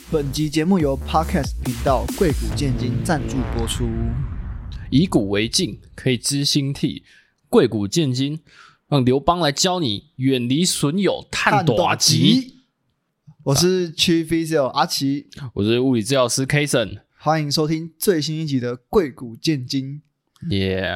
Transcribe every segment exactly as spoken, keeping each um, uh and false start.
本集节目由 Podcast 频道贵谷建金赞助播出。 以古为镜，可以知兴替。贵谷建金，让刘邦来教你远离损友，探大吉。 我是 Chief Physio 阿奇， 我是物理治疗师 Kason， 欢迎收听最新一集的贵谷建金。 耶、yeah ！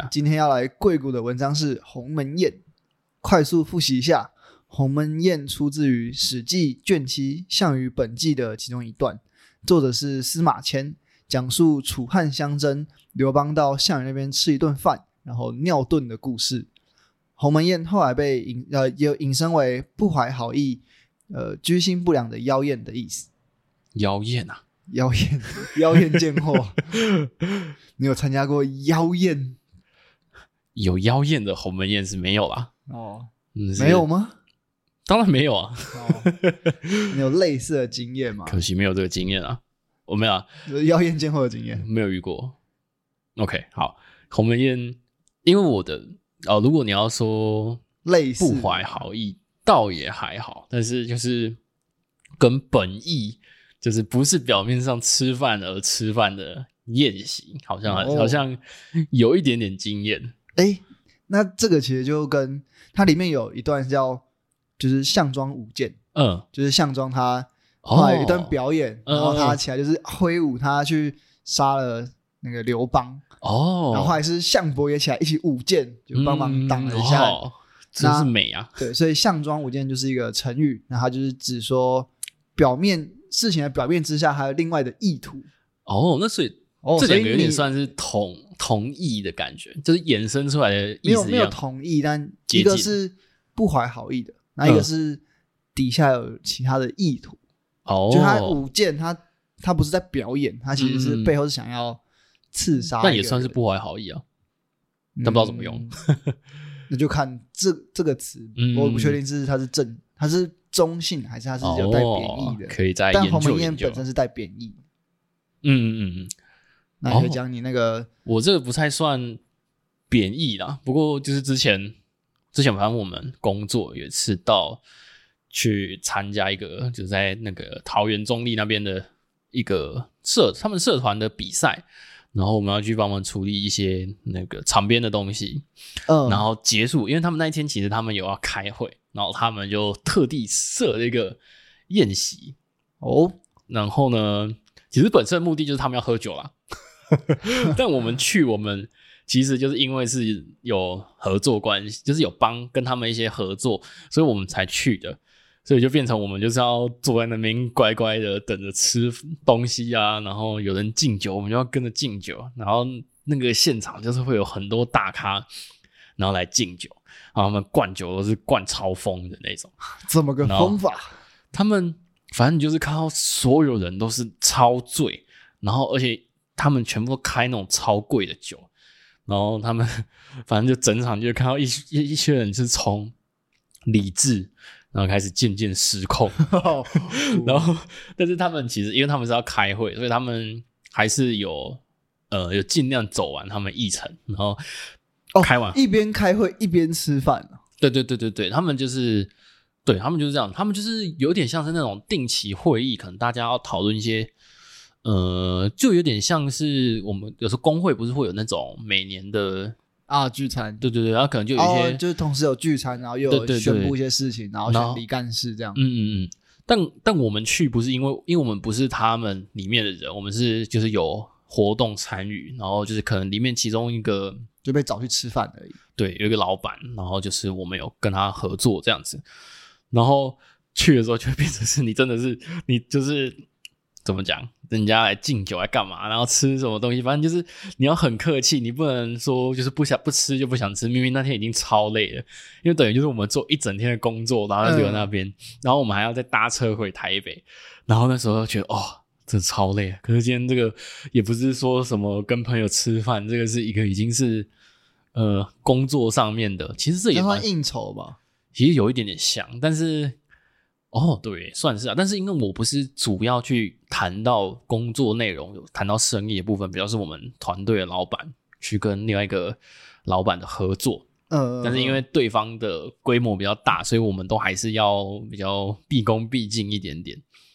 今天要来贵谷的文章是《鸿门宴》。快速复习一下，《鸿门宴》出自于《史记》卷七《项羽本纪》的其中一段，作者是司马迁，讲述楚汉相争，刘邦到项羽那边吃一顿饭，然后尿遁的故事。鸿门宴后来被引呃也引申为不怀好意、呃居心不良的妖艳的意思。 妖艳啊， 妖艳，妖艳贱货。你有参加过妖艳？ 有妖艳的鸿门宴是没有啦。 哦， 嗯、 没有吗？ 当然没有啊。 哦，你有类似的经验吗？ 可惜没有这个经验啊。我没有啊， 妖艳贱货的经验没有遇过。OK， 好，鸿门宴，因为我的哦，如果你要说类似不怀好意，倒也还好，但是就是跟本意就是不是表面上吃饭而吃饭的宴席，好像、哦、好像有一点点经验。 哎，那这个其实就跟它里面有一段叫就是项庄舞剑，嗯，就是项庄他后来有一段表演，哦、然后他起来就是挥舞他去杀了那个刘邦。哦，然后还是项伯也起来一起舞剑，就帮忙挡了一下。嗯哦、 真是美啊！ 对，所以项庄舞剑就是一个成语，那它就是指说表面事情的表面之下还有另外的意图。 哦，那所以、哦、这两个有点算是同同义的感觉，就是衍生出来的意思一样。 没有没有同义，但一个是不怀好意的，那一个是底下有其他的意图。哦、嗯，就他舞剑，他他不是在表演，他其实是背后是想要刺杀， 但也算是不怀好意啊，但不知道怎么用。 嗯、那就看这这个词，嗯、我不确定是它是正，它是中性还是它是有带贬义的， 哦、可以再研究研究。 但鸿门宴本身是带贬义。 嗯嗯嗯， 那你可以讲你那个、哦， 我这个不太算贬义啦，不过就是之前之前反正我们工作有一次到去参加一个，就是在那个桃园中立那边的一个社，他们社团的比赛。然后我们要去帮忙处理一些那个场边的东西，嗯，然后结束，因为他们那一天其实他们有要开会，然后他们就特地设了一个宴席哦，然后呢，其实本身的目的就是他们要喝酒啦，但我们去，我们其实就是因为是有合作关系，就是有帮跟他们一些合作，所以我们才去的。所以就变成我们就是要坐在那边乖乖的等着吃东西啊，然后有人敬酒，我们就要跟着敬酒，然后那个现场就是会有很多大咖，然后来敬酒，然后他们灌酒都是灌超疯的那种。 怎么个疯法？ 他们反正就是看到所有人都是超醉，然后而且他们全部都开那种超贵的酒，然后他们反正就整场就看到一一一些人是从理智。然后开始渐渐失控，然后，但是他们其实因为他们是要开会，所以他们还是有呃有尽量走完他们议程，然后开完、 哦、一边开会一边吃饭、啊、 对对对对对，他们就是对他们就是这样，他们就是有点像是那种定期会议，可能大家要讨论一些呃，就有点像是我们有时候工会不是会有那种每年的。 啊，聚餐， 对对对，然后可能就有一些， 哦、就是同时有聚餐，然后又有宣布一些事情，对对对，然后选理干事这样。 嗯嗯嗯。但但我们去不是因为，因为我们不是他们里面的人，我们是就是有活动参与，然后就是可能里面其中一个就被找去吃饭而已。 对，有一个老板，然后就是我们有跟他合作这样子，然后去的时候就会变成是你真的是你就是怎么讲？人家来敬酒来干嘛？然后吃什么东西？反正就是你要很客气，你不能说就是不想不吃就不想吃。明明那天已经超累了，因为等于就是我们做一整天的工作，然后就留在那边、嗯，然后我们还要再搭车回台北。然后那时候觉得哦，真的超累。可是今天这个也不是说什么跟朋友吃饭，这个是一个已经是呃工作上面的。其实这也算应酬吧， 其实有一点点像，但是。哦，对，算是啊，但是因为我不是主要去谈到工作内容，有谈到生意的部分，比较是我们团队的老板去跟另外一个老板的合作，嗯，但是因为对方的规模比较大，所以我们都还是要比较毕恭毕敬一点点。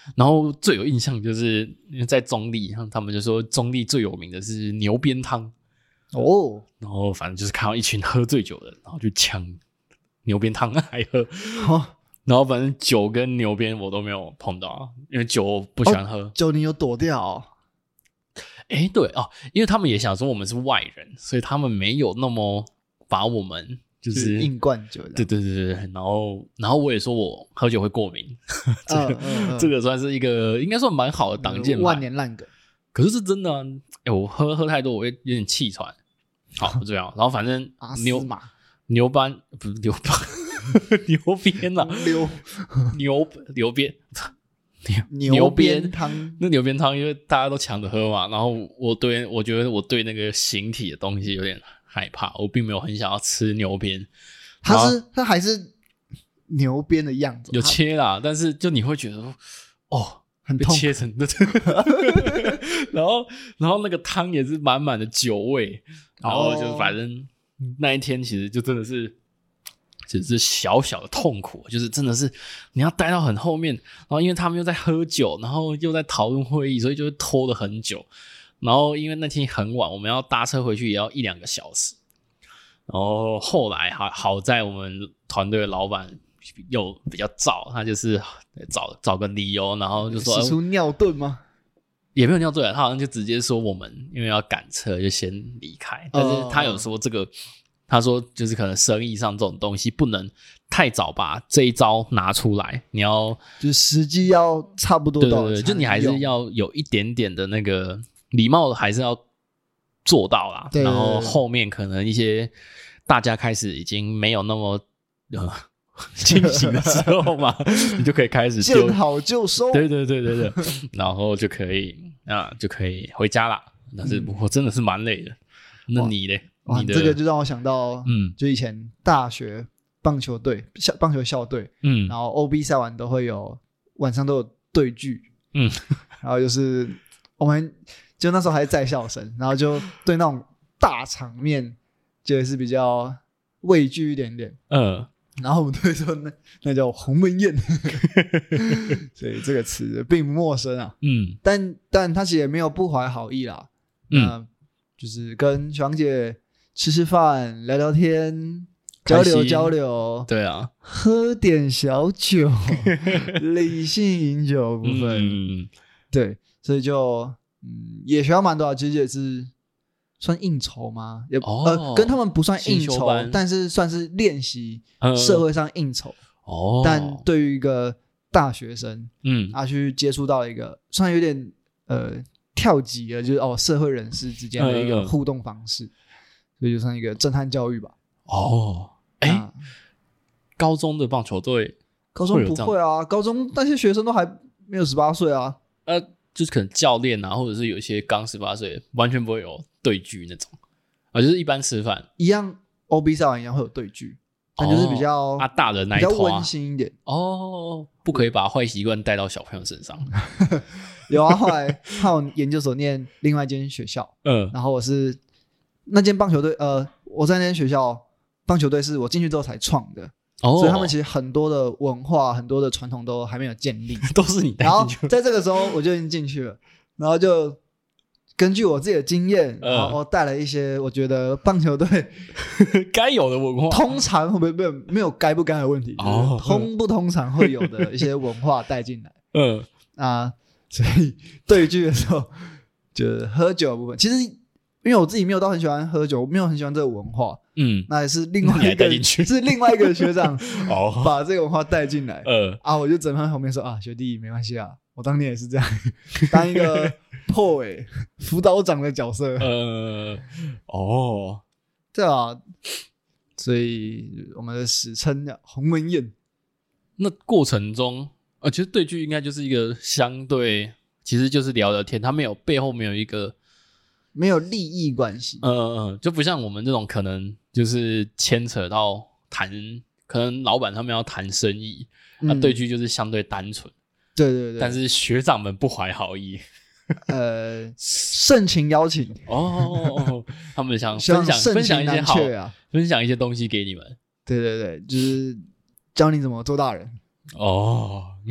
然后最有印象就是因为在中立，他们就说中立最有名的是牛鞭汤哦， 然后反正就是看到一群喝醉酒的，然后就抢牛鞭汤来喝。 哦， 然后反正酒跟牛鞭我都没有碰到啊，因为酒我不喜欢喝。 哦、酒你有躲掉、哦？ 哎，对哦，因为他们也想说我们是外人，所以他们没有那么把我们就是硬灌酒。 对对对对，然后然后我也说我喝酒会过敏，这个、 嗯嗯嗯、 这个算是一个应该算蛮好的挡箭牌， 万年烂梗。 可是是真的啊，哎，我喝喝太多我会有点气喘。好，这样，然后反正牛牛班不是牛班牛鞭啊， 牛牛牛鞭。 牛鞭汤， 那牛鞭汤因为大家都抢着喝嘛，然后我对我觉得我对那个形体的东西有点害怕，我并没有很想要吃牛鞭。 它是它还是牛鞭的样子， 有切啦，但是就你会觉得说哦， 很痛， 切成的，然后然后那个汤也是满满的酒味，然后就反正那一天其实就真的是。只是小小的痛苦，就是真的是你要待到很后面，然后因为他们又在喝酒，然后又在讨论会议，所以就会拖了很久。然后因为那天很晚，我们要搭车回去也要一两个小时。然后后来好好在我们团队的老板又比较燥，他就是找找个理由，然后就说使出尿遁吗？ 也没有尿遁，他好像就直接说我们因为要赶车就先离开，但是他有说这个。他说就是可能生意上这种东西不能太早把这一招拿出来，你要就是时机要差不多到， 对对对，就你还是要有一点点的那个礼貌还是要做到啦。 对对对， 然后后面可能一些大家开始已经没有那么呃清醒的时候嘛，你就可以开始见好就收， 对对对对对，然后就可以啊就可以回家啦。但是我真的是蛮累的，那你呢？ 哇，这个就让我想到， 嗯， 就以前大学棒球队、校棒球校队，嗯，然后 O B 赛完都会有晚上都有对剧，嗯，然后就是我们就那时候还是在校生，然后就对那种大场面就是比较畏惧一点点，嗯，然后我们都会说那那叫鸿门宴，所以这个词并不陌生啊，嗯，但但他其实也没有不怀好意啦，嗯，呃、就是跟学长姐。吃吃饭，聊聊天，交流交流， 对啊， 喝点小酒，理性饮酒部分，嗯、对，所以就嗯也学到蛮多啊，其实也是算应酬吗？也、哦、呃跟他们不算应酬，但是算是练习社会上应酬。哦、嗯，但对于一个大学生，嗯，他去接触到一个算有点呃跳级了，就是哦社会人士之间的一个互动方式。嗯所以就算一个震撼教育吧。 哦，哎、欸，高中的棒球队， 高中不会啊，高中那些学生都还没有十八岁啊。 呃，就是可能教练啊，或者是有一些刚十八岁，完全不会有对局那种啊，就是一般吃饭一样 ，O B 赛完一样会有对局，但就是比较、 哦、啊大人那一比较温馨一点。 哦，不可以把坏习惯带到小朋友身上。 有啊，后来他有研究所念另外一间学校，嗯，然后我是。那间棒球队，呃，我在那间学校棒球队是我进去之后才创的，哦、所以他们其实很多的文化、很多的传统都还没有建立， 都是你带进去。 然后在这个时候我就已经进去了，然后就根据我自己的经验，呃、然后带了一些我觉得棒球队该有的文化， 通常会不会没有没有该不该的问题，哦、就是、通不通常会有的一些文化带进来。嗯啊，所以对剧的时候，就是喝酒的部分，其实。因为我自己没有到很喜欢喝酒，我没有很喜欢这个文化，嗯，那也是另外一个是另外一个学长哦，把这个文化带进来，呃啊，我就整他后面说啊，学弟没关系啊，我当年也是这样，当一个破尾辅导长的角色，呃，哦，对啊，所以我们的史称叫鸿门宴。 那过程中，呃，其实对剧应该就是一个相对，其实就是聊聊天，他没有背后没有一个。 没有利益关系， 嗯嗯嗯，就不像我们这种可能就是牵扯到谈，可能老板他们要谈生意，那、嗯、对局就是相对单纯， 对对对， 但是学长们不怀好意， 呃，盛情邀请哦，他们想分享分享一些好，啊、分享一些东西给你们， 对对对，就是教你怎么做大人哦，嗯，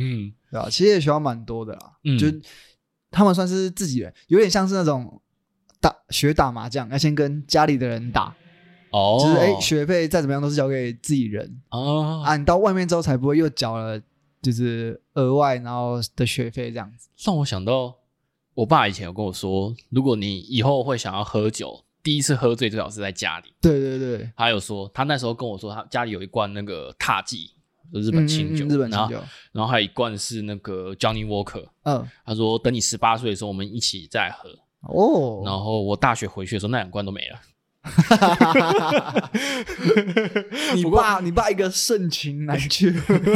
对吧？其实也学校蛮多的啦， 嗯， 就他们算是自己人，有点像是那种打学打麻将，要先跟家里的人打， 哦， 就是哎、欸，学费再怎么样都是交给自己人哦啊，你到外面之后才不会又缴了就是额外然后的学费这样子。 让我想到我爸以前有跟我说，如果你以后会想要喝酒，第一次喝醉最好是在家里。 对对对， 他有说他那时候跟我说，他家里有一罐那个踏迹，就日本清酒， 嗯嗯嗯日本清酒， 然后然后还有一罐是那个 Johnny Walker。 嗯， 他说等你十八岁的时候，我们一起再喝。 哦， 然后我大学回去的时候，那两罐都没了。 你爸你爸一个盛情难却，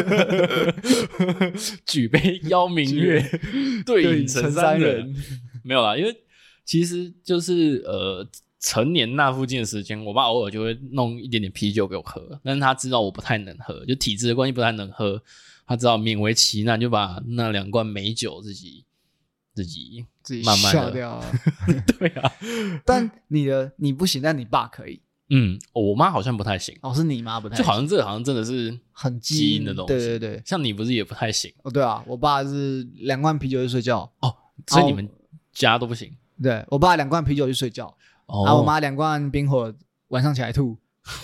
举杯邀明月，对影成三人。没有啦，因为其实就是呃成年那附近的时间，我爸偶尔就会弄一点点啤酒给我喝，但是他知道我不太能喝，就体质的关系不太能喝，他知道勉为其难就把那两罐美酒自己自己自己慢慢的笑掉了。 对啊， 但你的你不行，但你爸可以。 嗯，我妈好像不太行， 哦，是你妈不太行， 就好像这个好像真的是很基因的东西。 对对对， 像你不是也不太行哦，对啊，我爸是两罐啤酒就睡觉。 哦，所以你们家都不行。 对，我爸两罐啤酒就睡觉， 哦， 啊，我妈两罐冰火晚上起来吐。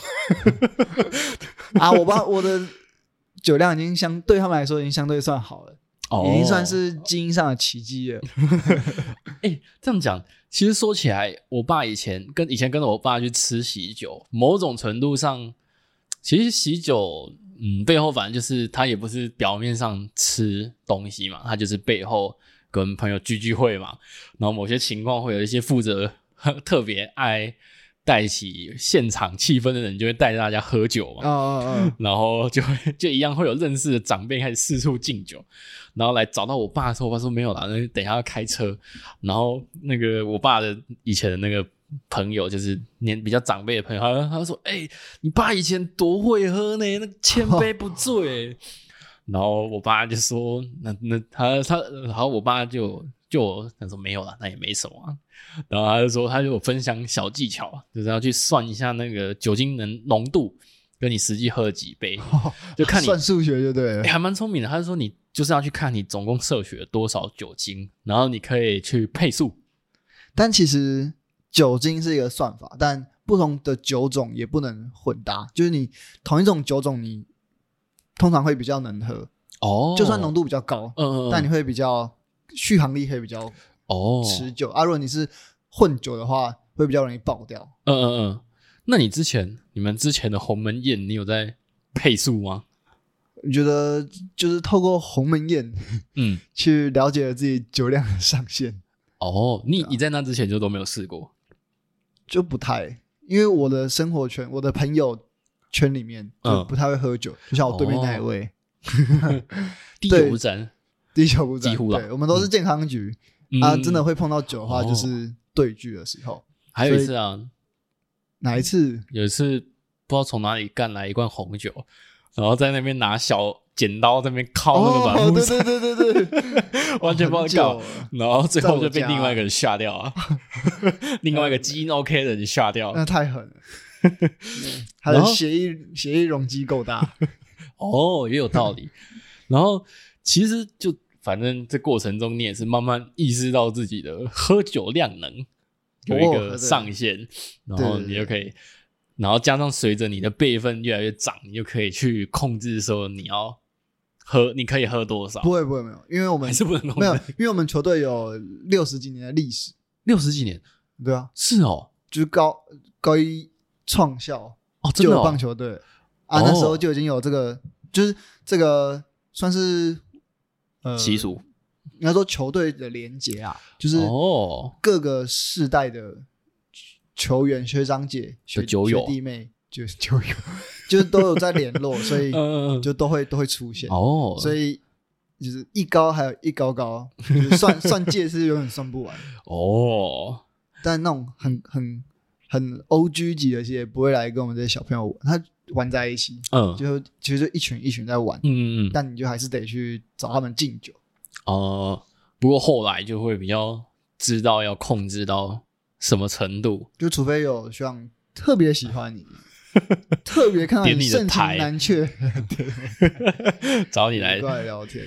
啊，我爸我的酒量已经相对他们来说已经相对算好了。 哦， 已经算是基因上的奇迹了。 哎、欸，这样讲，其实说起来，我爸以前跟以前跟着我爸去吃喜酒，某种程度上，其实喜酒，嗯，背后反正就是他也不是表面上吃东西嘛，他就是背后跟朋友聚聚会嘛，然后某些情况会有一些负责特别爱带起现场气氛的人，就会带大家喝酒嘛， 哦哦哦， 然后就会就一样会有认识的长辈开始四处敬酒。然后来找到我爸的时候，我爸说没有啦，那等一下要开车。然后那个我爸的以前的那个朋友，就是年比较长辈的朋友，他他说：“哎、欸，你爸以前多会喝呢，那千杯不醉。”然后我爸就说：“那那他他，然后我爸就就他说没有啦，那也没什么、啊。”然后他就说，他就有分享小技巧，就是要去算一下那个酒精能浓度，跟你实际喝了几杯，就看你算数学就对了， 欸、还蛮聪明的。他就说你就是要去看你总共摄取了多少酒精，然后你可以去配速。 但其实酒精是一个算法，但不同的酒种也不能混搭，就是你同一种酒种你通常会比较能喝哦， 就算浓度比较高， 嗯嗯， 但你会比较续航力会比较哦持久、啊。如果你是混酒的话，会比较容易爆掉。 嗯嗯嗯，那你之前你们之前的鸿门宴，你有在配速吗？ 你觉得就是透过鸿门宴， 嗯， 去了解了自己酒量的上限。 哦，你你在那之前就都没有试过？ 就不太，因为我的生活圈，我的朋友圈里面就不太会喝酒，嗯、就像我对面那一位， 滴酒不沾， 滴酒不沾， 几乎了。 对，我们都是健康局、嗯、啊，真的会碰到酒的话，就是对剧的时候。哦、 还有一次啊， 哪一次？ 有一次不知道从哪里干来一罐红酒。然后在那边拿小剪刀在那边敲那个软木塞， 哦，对对对对对， 完全不知道搞，然后最后就被另外一个人吓掉啊，另外一个基因 OK 的人吓掉， 那太狠了。他的血液血液容积够大， 哦，也有道理。然后其实就反正这过程中，你也是慢慢意识到自己的喝酒量能有一个上限，然后你就可以。然后加上随着你的辈分越来越长，你就可以去控制说你要喝，你可以喝多少？ 不会不会没有，因为我们还是不能控制。 没有，因为我们球队有六十几年的历史， 六十几年， 对啊， 是哦， 就是高高一创校哦，真的、哦、 就有棒球队啊、哦，那时候就已经有这个，就是这个算是呃习俗， 应该说球队的连结啊，就是哦各个世代的。球员、学长姐、学酒友、 学弟妹，就是酒友，就是都有在联络，所以就都会都会出现哦。 所以就是一高还有一高高，就是算算届是永远算不完哦。 但那种很很很 O G 级的，其实也不会来跟我们这些小朋友玩，他玩在一起，嗯，就其实就一群一群在玩， 嗯嗯， 但你就还是得去找他们敬酒。 哦、呃，不过后来就会比较知道要控制到。什么程度？ 就除非有学长特别喜欢你，特别看到你盛情难却， 找你来过来聊天。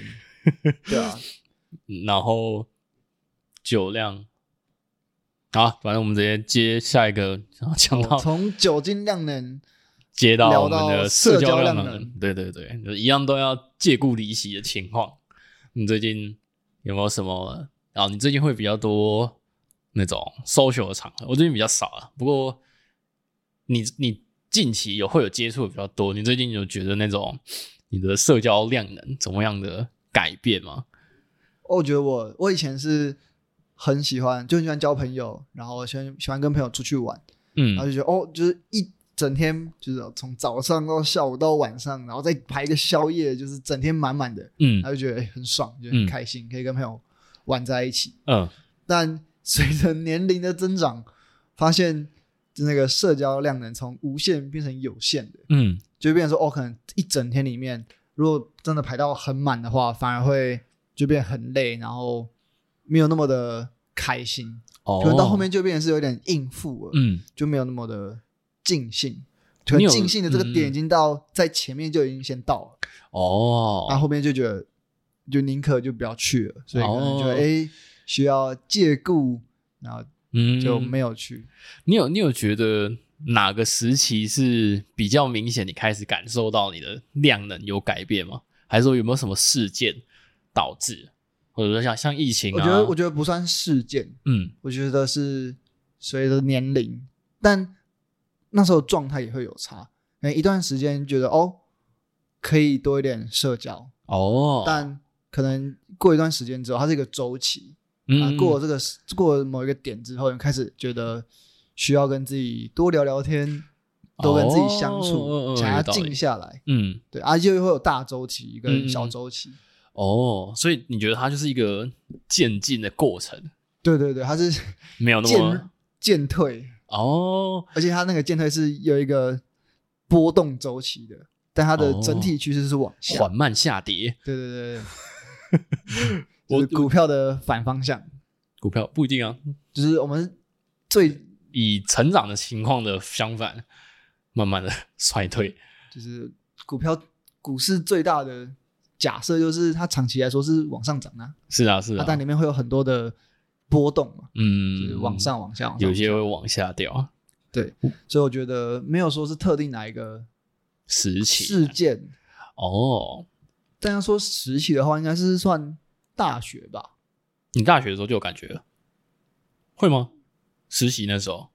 对啊， 然后酒量，好，反正我们直接接下一个，然后讲到、 哦从酒精量能接到我们聊到的社交量能， 社交量能对对对，就一样都要借故离席的情况。你最近有没有什么？啊，你最近会比较多那种 social 的场合，我最近比较少了。不过你你近期有会有接触的比较多，你最近有觉得那种你的社交量能怎么样的改变吗？ 我觉得我我以前是很喜欢，就很喜欢交朋友，然后喜欢喜欢跟朋友出去玩， 嗯， 然后就觉得哦，就是一整天就是从早上到下午到晚上，然后再排一个宵夜，就是整天满满的， 嗯， 然后就觉得、欸、很爽，就很开心，嗯、可以跟朋友玩在一起。 嗯， 但随着年龄的增长，发现那个社交量能从无限变成有限的， 嗯， 就变成说哦，可能一整天里面，如果真的排到很满的话，反而会就变很累，然后没有那么的开心。 哦， 可能到后面就变成是有点应付了， 嗯， 就没有那么的尽兴。可能尽兴的这个点已经到在前面就已经先到了， 哦， 然后后面就觉得就宁可就不要去了，所以可能就哎、 哦欸、需要借故，然后就没有去。 嗯、你有你有觉得哪个时期是比较明显，你开始感受到你的量能有改变吗？还是说有没有什么事件导致？或者说像像疫情啊？ 我觉得我觉得不算事件， 嗯， 我觉得是随着年龄，但那时候状态也会有差。可能一段时间觉得哦可以多一点社交哦， 但可能过一段时间之后，它是一个周期。 嗯， 啊、过了这个过了某一个点之后，你开始觉得需要跟自己多聊聊天，多跟自己相处， 哦、 想要静下来。 嗯， 对啊，就会有大周期跟小周期。 嗯、哦，所以你觉得它就是一个渐进的过程？ 对对对，它是没有那么渐退哦， 而且它那个渐退是有一个波动周期的，但它的整体趋势是往下， 缓、哦、慢下跌。 对对对对。就是股票的反方向， 股票不一定啊， 就是我们最以成长的情况的相反，慢慢的衰退。 就是股票股市最大的假设就是它长期来说是往上涨啊， 是啊是啊， 但里面会有很多的波动嘛， 嗯， 就是往上往下往上， 有些会往下掉。 对，所以我觉得没有说是特定哪一个时期事件哦。 但要说时期的话，应该是算大学吧。 你大学的时候就有感觉了，会吗？实习那时候，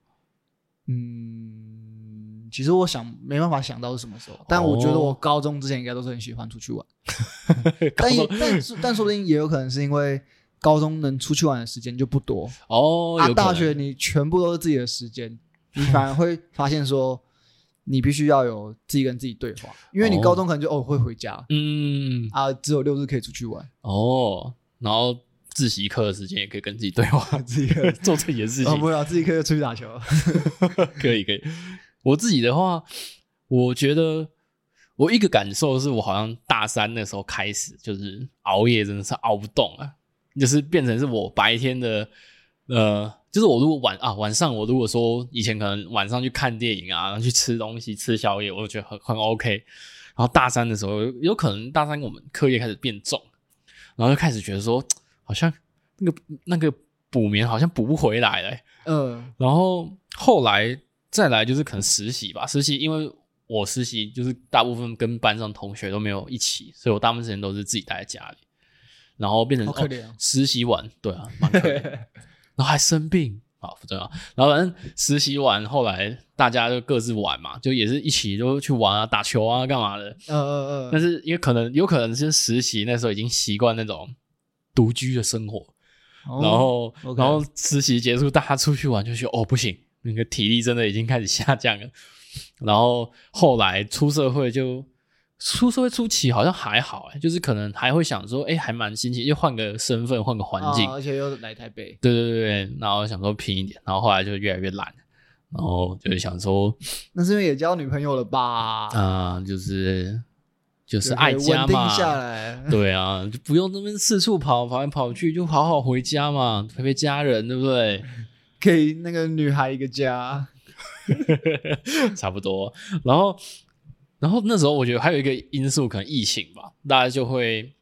嗯，其实我想没办法想到是什么时候，但我觉得我高中之前应该都是很喜欢出去玩，但也但是但说不定也有可能是因为高中能出去玩的时间就不多哦， 啊，大学你全部都是自己的时间，你反而会发现说。你必须要有自己跟自己对话，因为你高中可能就 哦, 哦会回家， 嗯啊，只有六日可以出去玩哦，然后自习课的时间也可以跟自己对话， 自己做自己的事情。 哦，不要自己可以出去打球， 可以可以。我自己的话，我觉得我一个感受是我好像大三那时候开始就是熬夜，真的是熬不动了，就是变成是我白天的呃。就是我如果晚啊晚上我如果说以前可能晚上去看电影啊，然后去吃东西吃宵夜，我就觉得很很 OK。然后大三的时候，有可能大三我们课业开始变重，然后就开始觉得说，好像那个那个补眠好像补不回来了、欸。 嗯、 呃，然后后来再来就是可能实习吧，实习因为我实习就是大部分跟班上同学都没有一起，所以我大部分时间都是自己待在家里，然后变成好可怜、哦哦、实习完，对啊，蛮可怜。然后还生病啊，不重要。然后反正实习完，后来大家就各自玩嘛，就也是一起就去玩啊、打球啊、干嘛的。 嗯嗯嗯。 但是因为可能有可能是实习那时候已经习惯那种独居的生活， 哦、 然后、 okay. 然后实习结束，大家出去玩就觉得哦不行，那个体力真的已经开始下降了。然后后来出社会就。出社会初期好像还好、欸、就是可能还会想说，哎、欸，还蛮新奇，又换个身份，换个环境、 哦，而且又来台北， 对对对，然后想说拼一点，然后后来就越来越懒，然后就是想说， 那是因为也交女朋友了吧？ 啊、呃，就是就是爱家嘛， 稳定下来， 对啊，就不用那边四处跑，跑来跑去，就好好回家嘛，陪陪家人，对不对？ 给那个女孩一个家， 差不多，然后。然后那时候我觉得还有一个因素可能疫情吧，大家就会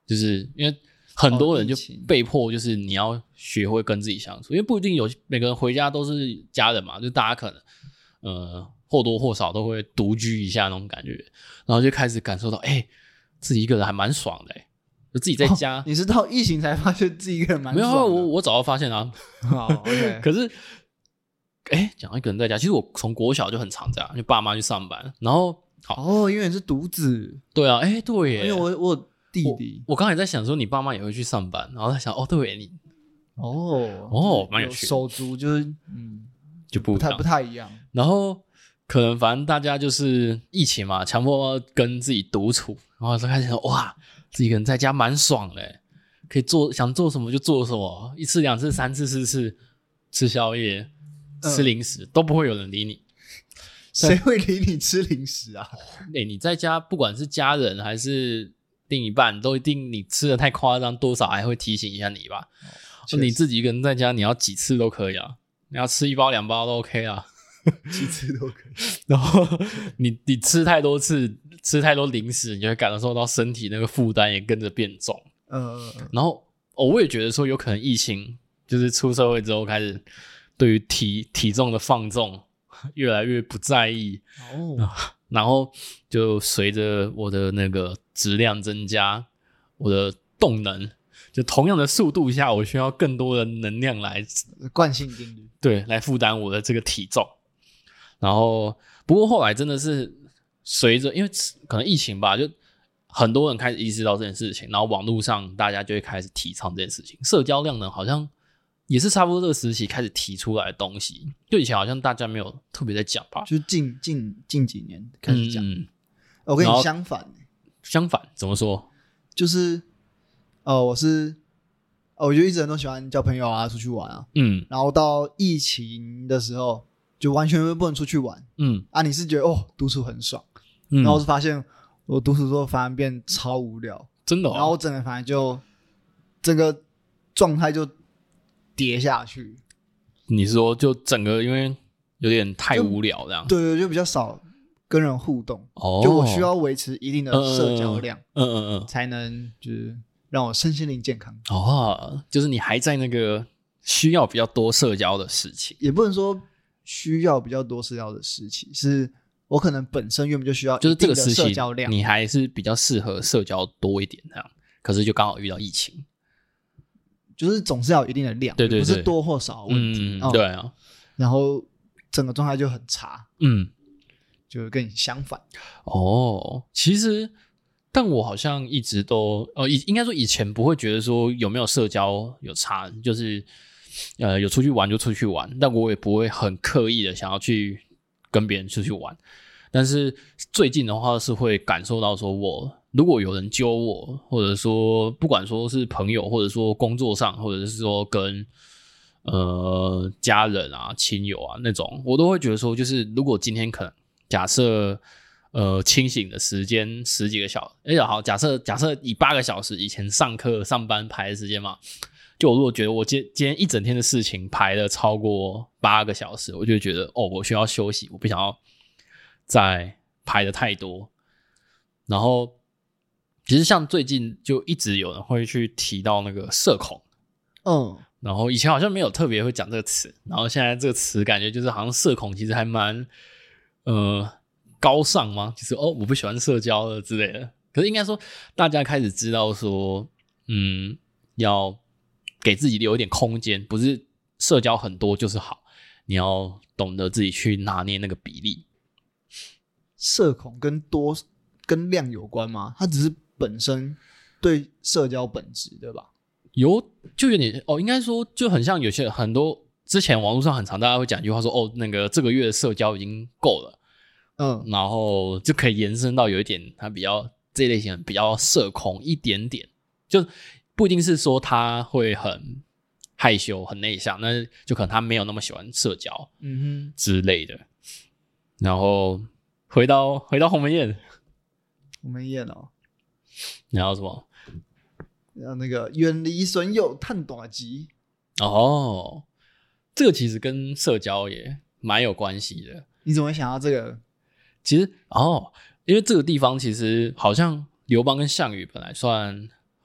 就是因为很多人就哦疫情被迫就是你要学会跟自己相处，因为不一定有每个人回家都是家人嘛，就大家可能呃或多或少都会独居一下那种感觉，然后就开始感受到哎、欸、自己一个人还蛮爽的、欸，就自己在家、 哦、你是到疫情才发现自己一个人蛮没有爽的？ 我我早就发现啊。 好 OK 可是哎讲、欸、一个人在家，其实我从国小就很常这样，因为爸妈去上班，然后好哦，因为你是独子。 对啊，哎、欸、对耶， 因为我我有弟弟。 我刚才在想说你爸妈也会去上班，然后在想哦对耶，你哦哦蛮有趣的， 有手足就是嗯就不不太不太一样。 然后可能反正大家就是疫情嘛，强迫跟自己独处，然后就开始想哇，自己一个人在家蛮爽的，可以做想做什么就做什么，一次两次三次四次，吃宵夜吃零食、嗯、都不会有人理你。 谁会理你吃零食啊？ 欸、你在家不管是家人还是另一半，都一定你吃的太夸张，多少还会提醒一下你吧。哦、你自己一个人在家，你要几次都可以啊，你要吃一包两包都 OK 啊， 几次都可以。 然后你你吃太多次，吃太多零食，你就会感受到身体那个负担也跟着变重。 呃， 然后、哦、我也觉得说，有可能疫情就是出社会之后开始对于体体重的放纵越来越不在意。 哦， 然后就随着我的那个质量增加，我的动能就同样的速度下，我需要更多的能量来惯性定律， 对，来负担我的这个体重。然后不过后来真的是随着因为可能疫情吧，就很多人开始意识到这件事情，然后网络上大家就会开始提倡这件事情。社交量能好像也是差不多这个时期开始提出来的东西，就以前好像大家没有特别在讲吧， 就是近近近几年开始讲、 嗯。 我跟你相反， 相反怎么说？ 就是呃，我是呃，我就一直都喜欢交朋友啊，出去玩啊， 嗯， 然后到疫情的时候，就完全不能出去玩， 嗯啊，你是觉得哦，独处很爽， 嗯， 然后我是发现我独处之后反而变超无聊， 真的、哦， 然后我整个反正就整个状态就跌下去。 你是说就整个因为有点太无聊这样？ 对对，就比较少跟人互动， 哦， 就我需要维持一定的社交量， 嗯嗯嗯， 才能就是让我身心灵健康。 哦，就是你还在那个需要比较多社交的时期， 也不能说需要比较多社交的时期，是我可能本身原本就需要就是这个一定的时期社交量， 你还是比较适合社交多一点这样，可是就刚好遇到疫情， 就是总是要有一定的量， 对对对， 不是多或少的问题。 嗯，对啊， 然后整个状态就很差， 嗯。 就跟你相反。 哦，其实，但我好像一直都，呃，应该说以前不会觉得说有没有社交有差，就是呃有出去玩就出去玩，但我也不会很刻意的想要去跟别人出去玩。但是最近的话是会感受到说我如果有人揪我，或者说不管说是朋友，或者说工作上，或者是说跟呃家人啊、亲友啊那种，我都会觉得说，就是如果今天可能。假设呃清醒的时间十几个小时，哎、欸、好，假设假设以八个小时以前上课上班排的时间嘛，就我如果觉得我今今天一整天的事情排了超过八个小时，我就觉得哦，我需要休息，我不想要再排的太多。然后其实像最近就一直有人会去提到那个社恐， 嗯， 然后以前好像没有特别会讲这个词，然后现在这个词感觉就是好像社恐其实还蛮。呃，高尚吗？就是哦，我不喜欢社交了之类的。可是应该说，大家开始知道说，嗯，要给自己留一点空间，不是社交很多就是好，你要懂得自己去拿捏那个比例。 社恐跟多跟量有关吗？它只是本身对社交本质，对吧？ 有，就有点哦，应该说就很像有些很多。之前网络上很常大家会讲一句话说哦那个这个月的社交已经够了， 嗯， 然后就可以延伸到有一点他比较这一类型比较社恐一点点，就不一定是说他会很害羞很内向，那就可能他没有那么喜欢社交嗯哼之类的。然后回到回到鸿门宴， 鸿门宴哦， 然后什么要那个远离损友探短集哦，这个其实跟社交也蛮有关系的。 你怎么会想到这个？ 其实哦，因为这个地方其实好像刘邦跟项羽本来算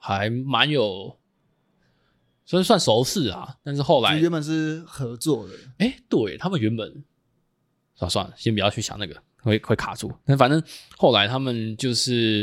还蛮有，所以算熟识啊。但是后来原本是合作的， 哎，对他们原本，算了算了，先不要去想那个，会会卡住。但反正后来他们就是，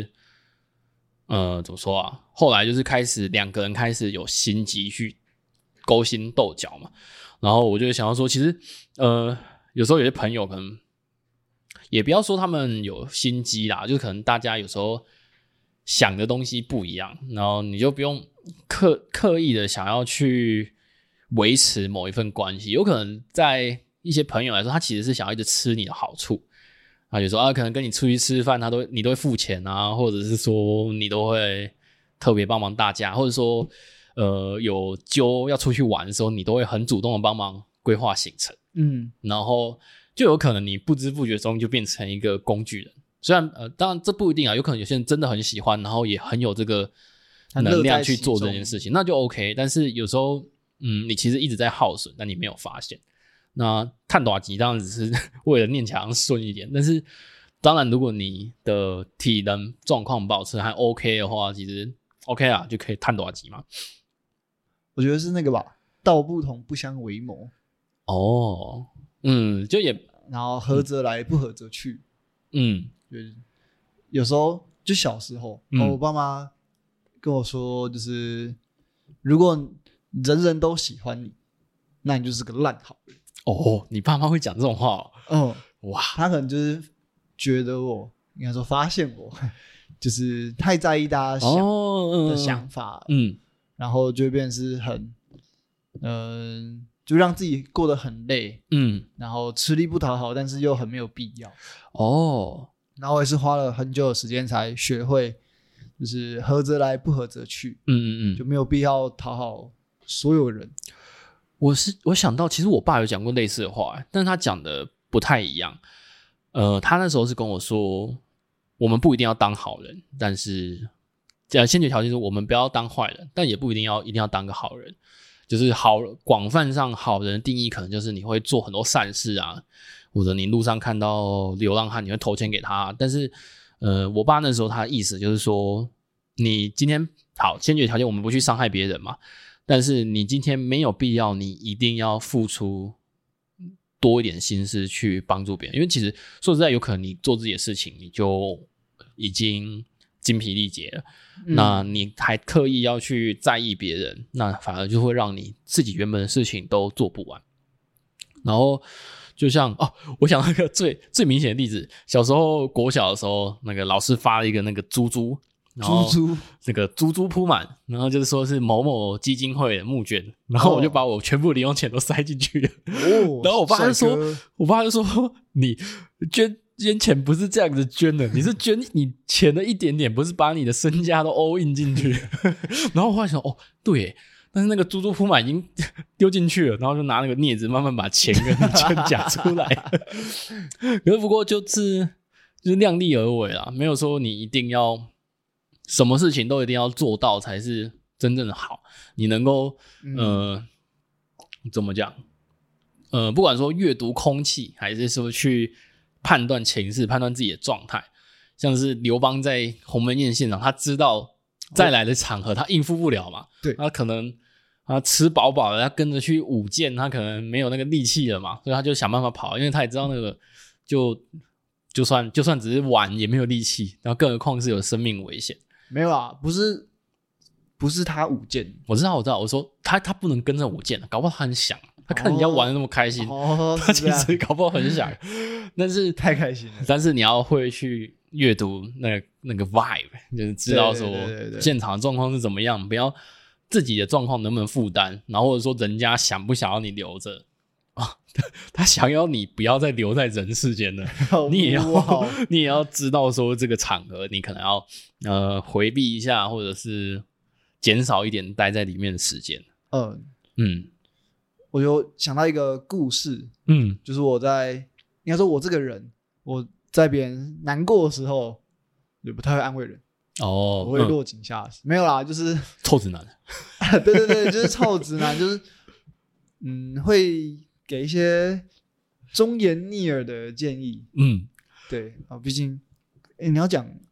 呃，怎么说啊？后来就是开始两个人开始有心机去勾心斗角嘛。然后我就想要说，其实呃，有时候有些朋友可能也不要说他们有心机啦，就可能大家有时候想的东西不一样，然后你就不用刻刻意的想要去维持某一份关系。有可能在一些朋友来说，他其实是想要一直吃你的好处啊，有时候啊，可能跟你出去吃饭，他都你都会付钱啊，或者是说你都会特别帮忙大家，或者说呃有揪要出去玩的时候，你都会很主动的帮忙规划行程， 嗯， 然后就有可能你不知不觉中就变成一个工具人。虽然呃，当然这不一定啊，有可能有些人真的很喜欢，然后也很有这个能量去做这件事情，那就 OK。但是有时候，嗯，你其实一直在耗损，但你没有发现。那探短集当然只是为了念起来顺一点，但是当然，如果你的体能状况保持还 OK 的话，其实 OK 啊，就可以探短集嘛。 我觉得是那个吧，道不同不相为谋。 哦，嗯，就也， 然后合则来，嗯、不合则去。 嗯。 就是有时候就小时候、嗯哦、我爸妈跟我说，就是如果人人都喜欢你，那你就是个烂好人。 哦，你爸妈会讲这种话哦？ 嗯，哇， 他可能就是觉得我应该说发现我就是太在意大家想、哦嗯、的想法，嗯，然后就会变成是很嗯、呃，就让自己过得很累，嗯，然后吃力不讨好，但是又很没有必要。哦。然后我也是花了很久的时间才学会，就是合则来，不合则去。嗯嗯嗯，就没有必要讨好所有人。 我是我想到，其实我爸有讲过类似的话，但是他讲的不太一样。呃，他那时候是跟我说，我们不一定要当好人，但是呃，先决条件是我们不要当坏人，但也不一定要一定要当个好人。就是好广泛上好人的定义，可能就是你会做很多善事啊，或者你路上看到流浪汉，你会投钱给他。但是，呃，我爸那时候他的意思就是说，你今天好，先决条件我们不去伤害别人嘛，但是你今天没有必要，你一定要付出多一点心思去帮助别人，因为其实说实在，有可能你做自己的事情，你就已经精疲力竭了、嗯、那你还刻意要去在意别人，那反而就会让你自己原本的事情都做不完。然后就像哦，我想那个最最明显的例子，小时候国小的时候，那个老师发了一个那个猪猪，然后那个猪猪铺满，然后就是说是某某基金会的募捐，然后我就把我全部零用钱都塞进去了。哦，然后我爸就说，我爸就说你捐。捐钱不是这样子捐的，你是捐你钱的一点点，不是把你的身家都 all in 进去。然后我后来想，哦，对耶，但是那个猪猪铺满已经丢进去了，然后就拿那个镊子慢慢把钱跟钱夹出来。可是不过就是就是量力而为啦，没有说你一定要什么事情都一定要做到才是真正的好。你能够呃、嗯、怎么讲？呃，不管说阅读空气，还是说去判断情势，判断自己的状态，像是刘邦在鸿门宴现场，他知道再来的场合他应付不了嘛， 对， 他可能他吃饱饱了，他跟着去舞剑，他可能没有那个力气了嘛，所以他就想办法跑，因为他也知道那个就就算就算只是玩也没有力气，然后更何况是有生命危险。 没有啊，不是不是他舞剑， 我知道我知道，我说他他不能跟着舞剑，搞不好他很想。他看人家玩的那么开心， 哦， 他其实搞不好很想，但是太开心了。 但是你要会去阅读那个那个 vibe， 就是知道说现场的状况是怎么样，不要自己的状况能不能负担，然后或者说人家想不想要你留着啊？他想要你不要再留在人世间了，你也要你也要知道说这个场合你可能要呃回避一下，或者是减少一点待在里面的时间。 嗯嗯。 我就想到一个故事， 嗯， 就是我在应该说我这个人，我在别人难过的时候也不太会安慰人哦，我会落井下石、嗯、没有啦，就是臭直男对对对，就是臭直男，就是嗯，会给一些忠言逆耳的建议。嗯，对啊，毕竟、欸、你要讲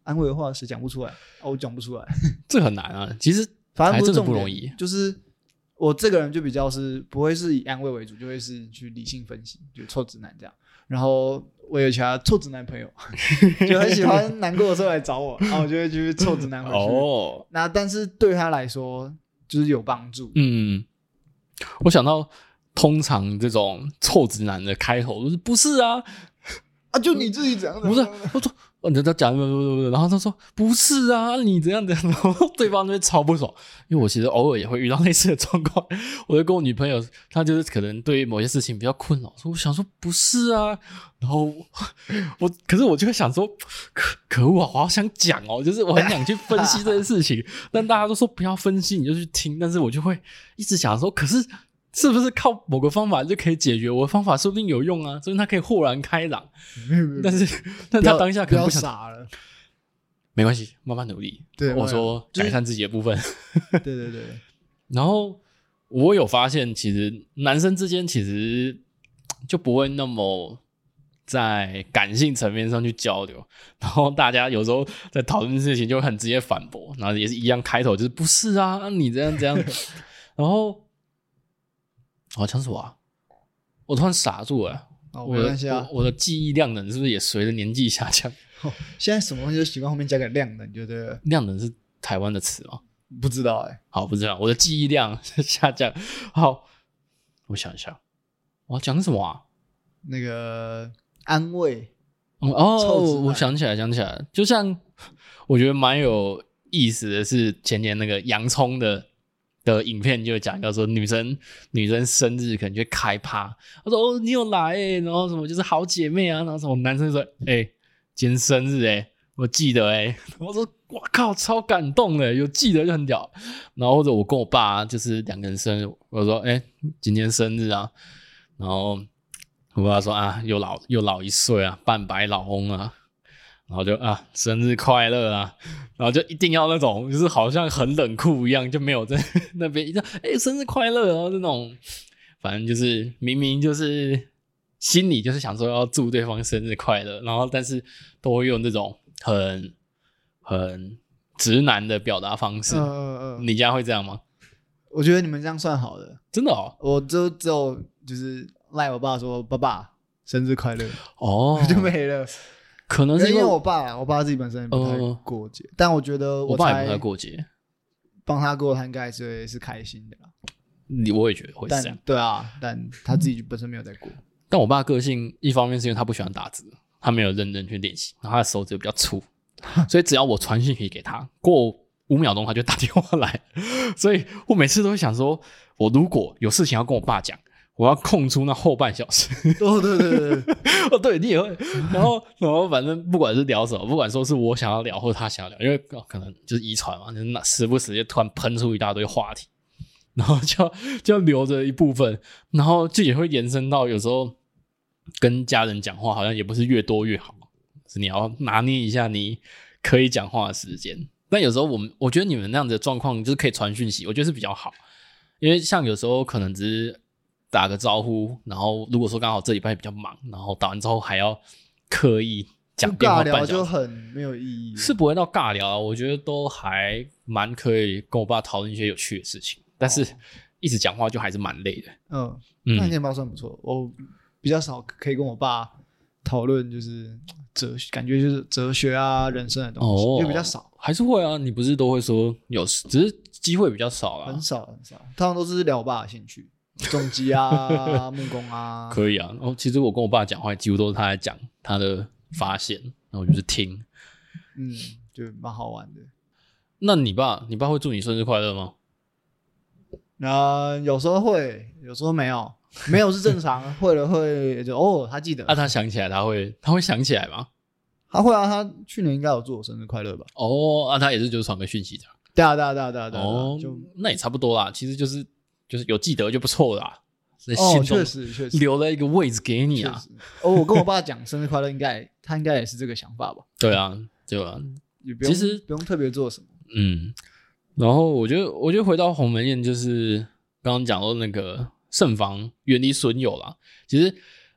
安慰的话谁讲不出来？哦，我讲不出来， 这很难啊。其实反正不是还真的重点不容易。 就是我这个人就比较是不会是以安慰为主，就会是去理性分析，就臭直男这样。然后我有其他臭直男朋友，就很喜欢难过的时候来找我，然后我就会去臭直男回去。 哦， 那但是对他来说就是有帮助。 嗯，我想到通常这种臭直男的开头都是不是啊啊，就你自己怎样的？ 不是，我说哦，你在讲，然后他说不是啊，你怎样怎样，然后对方就会超不爽，因为我其实偶尔也会遇到类似的状况，我就跟我女朋友，她就是可能对某些事情比较困扰，说我想说不是啊，然后我可是我就会想说，可可恶啊，我好想讲哦，就是我很想去分析这件事情，但大家都说不要分析，你就去听，但是我就会一直想说，可是。是不是靠某个方法就可以解决？我的方法说不定有用啊，所以他可以豁然开朗。但是，但他当下可能不想傻了， 没关系，慢慢努力。 对， 我说改善自己的部分。 对对对。 然后我有发现，其实男生之间其实就不会那么在感性层面上去交流，然后大家有时候在讨论事情就会很直接反驳，然后也是一样开头就是不是啊，你这样这样，然后。好像是我啊，我突然傻住了。 哦， 我的没关系啊， 我，我的记忆量能是不是也随着年纪下降？ 哦，现在什么东西都习惯后面加个量能，你觉得？ 量能是台湾的词吗？ 不知道哎、欸。 好，不知道。我的记忆量下降。好，我想一下，我要讲什么啊？ 那个安慰。 嗯、哦，我想起来，想起来了。就像我觉得蛮有意思的是，前年那个洋葱的。的影片就讲到说女生女生生日可能就会开趴，他说哦你有来欸，然后什么就是好姐妹啊，然后什么男生就说欸今天生日欸我记得欸，我说哇靠超感动的，有记得就很屌。然后或者我跟我爸就是两个人生日，我说欸今天生日啊，然后我爸说啊又老又老一岁啊，半白老翁啊。然后就啊，生日快乐啊！然后就一定要那种，就是好像很冷酷一样，就没有在那边一定哎、欸，生日快乐！然后那种，反正就是明明就是心里就是想说要祝对方生日快乐，然后但是都会用这种很很直男的表达方式。 嗯嗯嗯， 你家会这样吗？ 我觉得你们这样算好的， 真的哦。 我就只有就是赖我爸说爸爸生日快乐哦， 就没了。 可能是因为我爸，我爸自己本身不太过节，呃、但我觉得我, 我爸也不太过节， 帮他过，他应该是是开心的啦。 你我也觉得会是这样， 对啊，但他自己本身没有在过。 但我爸个性一方面是因为他不喜欢打字，他没有认真去练习，然后他的手指比较粗，所以只要我传讯息给他，过五秒钟他就打电话来，所以我每次都会想说，我如果有事情要跟我爸讲。我要空出那后半小时。 哦，对对对对， 哦，对你也会，然后然后反正不管是聊什么，不管说是我想要聊或者他想要聊，因为、哦、可能就是遗传嘛，就是那时不时就突然喷出一大堆话题，然后就就留着一部分，然后就也会延伸到有时候跟家人讲话，好像也不是越多越好，是你要拿捏一下你可以讲话的时间。但有时候我们我觉得你们那样子的状况就是可以传讯息，我觉得是比较好，因为像有时候可能只是。打个招呼，然后如果说刚好这礼拜比较忙，然后打完之后还要刻意讲电话半小时， 尬聊就很没有意义。 是不会到尬聊啊，我觉得都还蛮可以跟我爸讨论一些有趣的事情，但是一直讲话就还是蛮累的。 嗯，那你爸算不错，我比较少可以跟我爸讨论，就是哲学，感觉就是哲学啊、人生的东西，哦、就比较少。 还是会啊，你不是都会说有，只是机会比较少啦， 很少很少，通常都是聊我爸的兴趣。重机啊，木工啊， 可以啊。哦，其实我跟我爸讲话，几乎都是他在讲他的发现，然后我就是听， 嗯，就蛮好玩的。 那你爸，你爸会祝你生日快乐吗？ 呃，有时候会，有时候没有，没有是正常，会了会就哦，他记得。 啊，他想起来，他会，他会想起来吗？ 他会啊，他去年应该有祝我生日快乐吧？ 哦，啊，他也是就是传个讯息这样。 对啊，对啊，对啊，对啊，对啊。 哦， 就那也差不多啦，其实就是。就是有记得就不错啦，在心中确实确实留了一个位置给你啊。 哦，我跟我爸讲生日快乐，应该他应该也是这个想法吧？ 对啊，对啊， 其实不用特别做什么。 嗯，然后我觉得，我觉得回到鸿门宴，就是刚刚讲到那个慎防远离损友啦。其实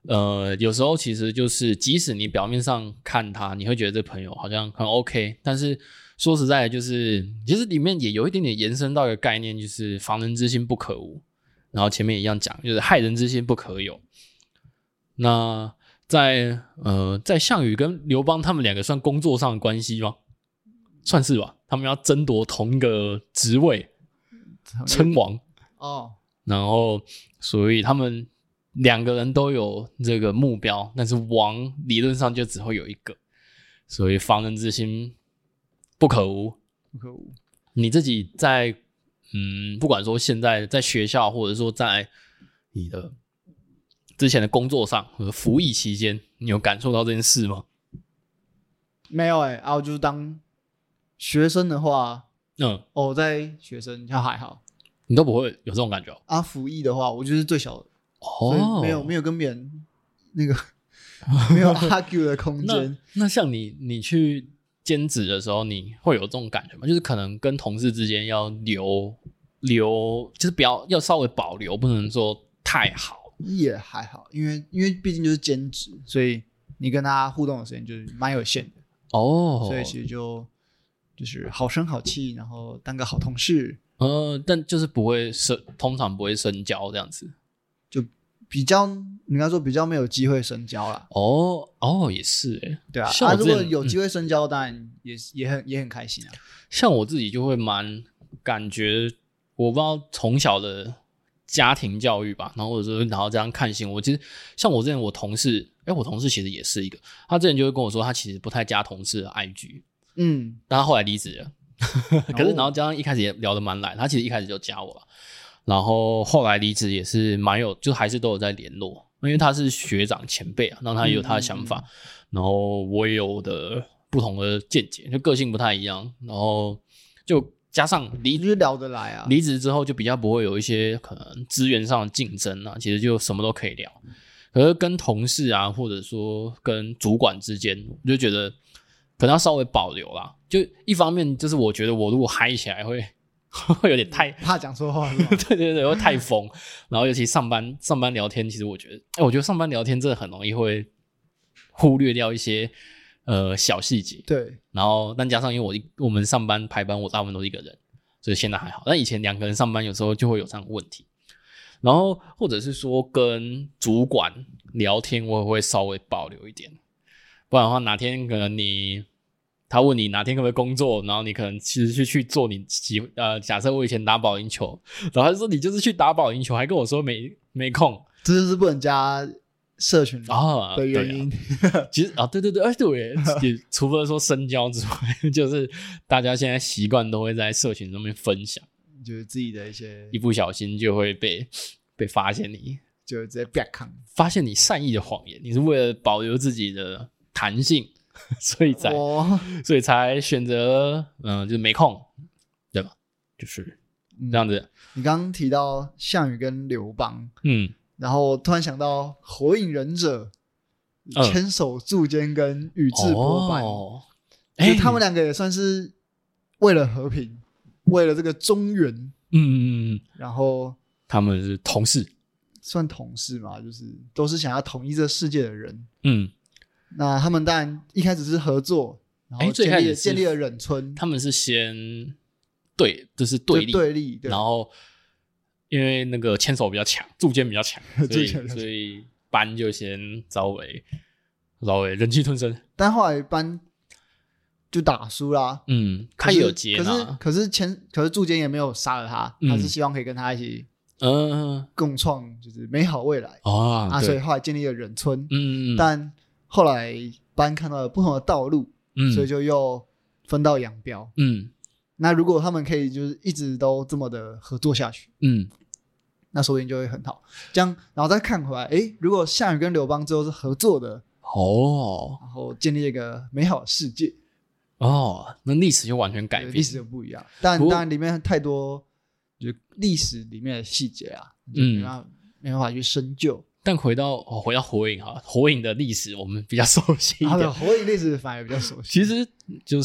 呃，有时候其实就是即使你表面上看他，你会觉得这朋友好像很 OK， 但是说实在的，就是其实里面也有一点点延伸到一个概念，就是防人之心不可无。然后前面一样讲，就是害人之心不可有。那在呃，在项羽跟刘邦他们两个算工作上的关系吗？算是吧，他们要争夺同一个职位，称王哦。 然后所以他们两个人都有这个目标，但是王理论上就只会有一个，所以防人之心不可无。 不可无。 你自己在嗯，不管说现在在学校，或者说在你的之前的工作上或者服役期间，你有感受到这件事吗？ 没有哎、欸，啊，我就是当学生的话， 嗯， 哦，在学生就还好， 你都不会有这种感觉哦。 啊，服役的话，我就是最小的， 哦， 所以没有没有跟别人那个没有 argue 的空间。 那那像你你去兼职的时候，你会有这种感觉吗？就是可能跟同事之间要留留，就是不要要稍微保留，不能说太好。 也还好，因为因为毕竟就是兼职，所以你跟他互动的时间就是蛮有限的哦， 所以其实就就是好声好气，然后当个好同事， 呃，但就是不会深，通常不会深交这样子。 就比较应该说比较没有机会深交啦。 哦哦，也是诶， 对啊，啊， 像我之前如果有机会深交，当然也也很也很开心啊。 像我自己就会蛮感觉，我不知道从小的家庭教育吧，然后或者说然后这样看新闻，我其实像我之前我同事，哎，我同事其实也是一个，他之前就会跟我说，他其实不太加同事的 I G， 嗯， 但他后来离职了，可是然后加上一开始也聊得蛮来，他其实一开始就加我了，然后后来离职也是蛮有，就还是都有在联络，因为他是学长前辈啊，然后他也有他的想法，嗯嗯嗯然后我也有我的不同的见解，就个性不太一样，然后就加上离就是聊得来啊。 离职之后就比较不会有一些可能资源上的竞争啊，其实就什么都可以聊。可是跟同事啊，或者说跟主管之间，我就觉得可能要稍微保留啦。就一方面就是我觉得我如果嗨起来会会有点太怕讲错话是吧？ 对对对，会太疯。然后尤其上班上班聊天，其实我觉得，哎，我觉得上班聊天真的很容易会忽略掉一些呃小细节。 对， 然后但加上因为我一我们上班排班，我大部分都是一个人，所以现在还好。但以前两个人上班，有时候就会有这样的问题。然后或者是说跟主管聊天，我也会稍微保留一点，不然的话哪天可能你他问你哪天可不可以工作，然后你可能其实去去做你喜呃，假设我以前打保龄球，然后他就说你就是去打保龄球，还跟我说没没空， 这就是不能加社群啊的原因。 啊其实啊，对对对，哎对，也除了说深交之外，就是大家现在习惯都会在社群上面分享。 就是自己的一些， 一不小心就会被被发现你， 就直接啪扛， 发现你善意的谎言，你是为了保留自己的弹性，所以才、 哦、 所以才选择嗯、呃，就是没空，对吧？就是这样子。 嗯、你刚刚提到项羽跟刘邦， 嗯， 然后我突然想到《火影忍者》 嗯， 千手柱间跟宇智波斑， 哦， 就他们两个也算是为了和平。为了这个中原， 嗯嗯嗯， 然后他们是同事， 算同事嘛，就是都是想要统一这世界的人。 嗯， 那他们当然一开始是合作，然后建立了建立了忍村。 他们是先对，就是对立对立， 然后因为那个牵手比较强，柱间比较强，所以所以班就先稍微稍微忍气吞声， 但后来班。就打输啦， 嗯，他也有接纳， 可是可是前可是柱间也没有杀了他，嗯、他是希望可以跟他一起， 嗯， 共創就是美好未来啊， 啊，所以后来建立了忍村， 嗯， 但后来班看到了不同的道路，嗯，所以就又分道扬镳， 嗯， 那如果他们可以就是一直都这么的合作下去， 嗯， 那说不定就会很好。这样，然后再看回来，诶，如果项羽跟刘邦最后是合作的， 哦， 然后建立一个美好的世界。 哦，那历史就完全改变， 历史就不一样。但当然里面太多，就历史里面的细节啊，嗯，没办法，没办法去深究。 但回到、哦、回到火影哈，火影的历史我们比较熟悉一点， 啊、火影历史反而比较熟悉。 其实就是，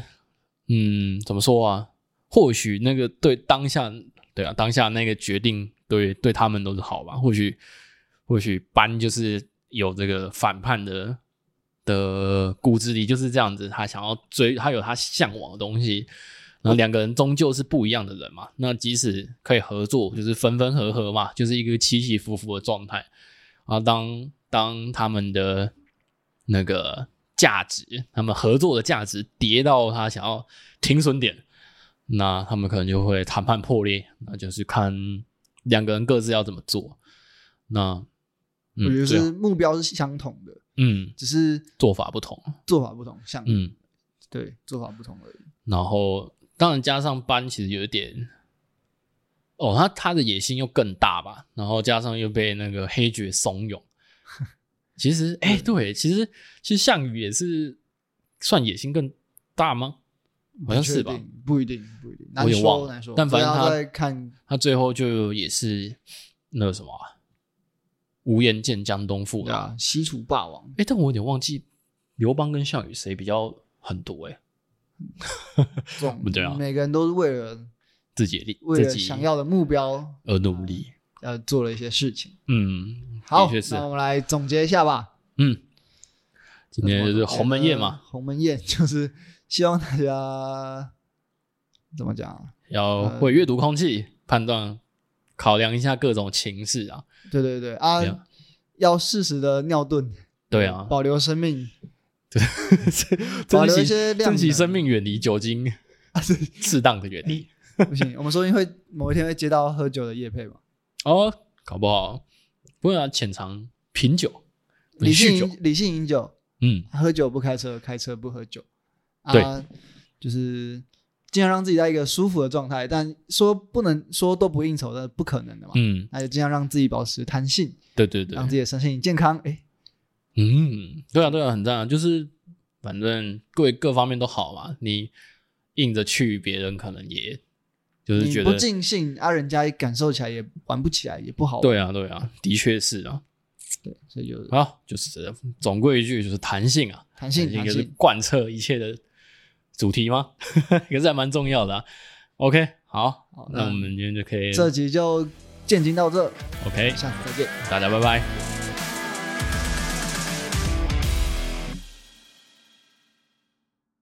嗯，怎么说啊？或许那个对当下，对啊，当下那个决定对对他们都是好吧？或许或许班就是有这个反叛的的骨子里就是这样子，他想要追，他有他向往的东西。然后两个人终究是不一样的人嘛，那即使可以合作，就是分分合合嘛，就是一个起起伏伏的状态。然后当当他们的那个价值，他们合作的价值跌到他想要停损点，那他们可能就会谈判破裂，那就是看两个人各自要怎么做。那、嗯、 我觉得是目标是相同的， 嗯， 只是做法不同， 做法不同，像嗯， 对，做法不同而已。 然后当然加上班其实有一点，哦，他他的野心又更大吧，然后加上又被那个黑爵怂恿，其实哎、欸，对，其实其实项羽也是算野心更大吗？好像是吧， 不一定，不一定， 我也忘了， 难说。 但反正他在看他最后就也是那个什么、啊，无颜见江东父对啊，西楚霸王。 哎、欸，但我有点忘记刘邦跟项羽谁比较很多哎、欸。 不对啊， 每个人都是为了自己的为了想要的目标而努力， 呃，做了一些事情。 嗯， 好，那我们来总结一下吧。 嗯，今天就是鸿门宴嘛， 鸿门宴就是希望大家怎么讲， 要会阅读空气，呃、判断、考量一下各种情势啊。 对对对啊，对要适时的尿遁。 对啊， 保留生命。 对， 保留一些量， 珍惜生命，远离酒精，适当的远离。 不行，我们说不定会某一天会接到喝酒的业配嘛？ 哦，搞不好不会啊，浅尝品酒， 理性理性饮酒， 嗯， 喝酒不开车，开车不喝酒。 对， 啊、就是尽量让自己在一个舒服的状态，但说不能说都不应酬的，不可能的嘛。 嗯， 那就尽量让自己保持弹性， 对对对， 让自己的身心健康。哎。 嗯，对啊，对啊，很赞啊！就是反正各各方面都好嘛，你硬着去，别人可能也就是觉得你不尽兴啊，人家感受起来也玩不起来，也不好玩。 对啊，对啊，的确是啊。 对，所以就好，就是总归一句，就是弹性啊， 弹性， 弹性就是贯彻一切的主题吗？可是还蛮重要的啊。OK， 好，好那我们今天就可以这集就见经到这 ，OK， 下次再见， 大家拜拜。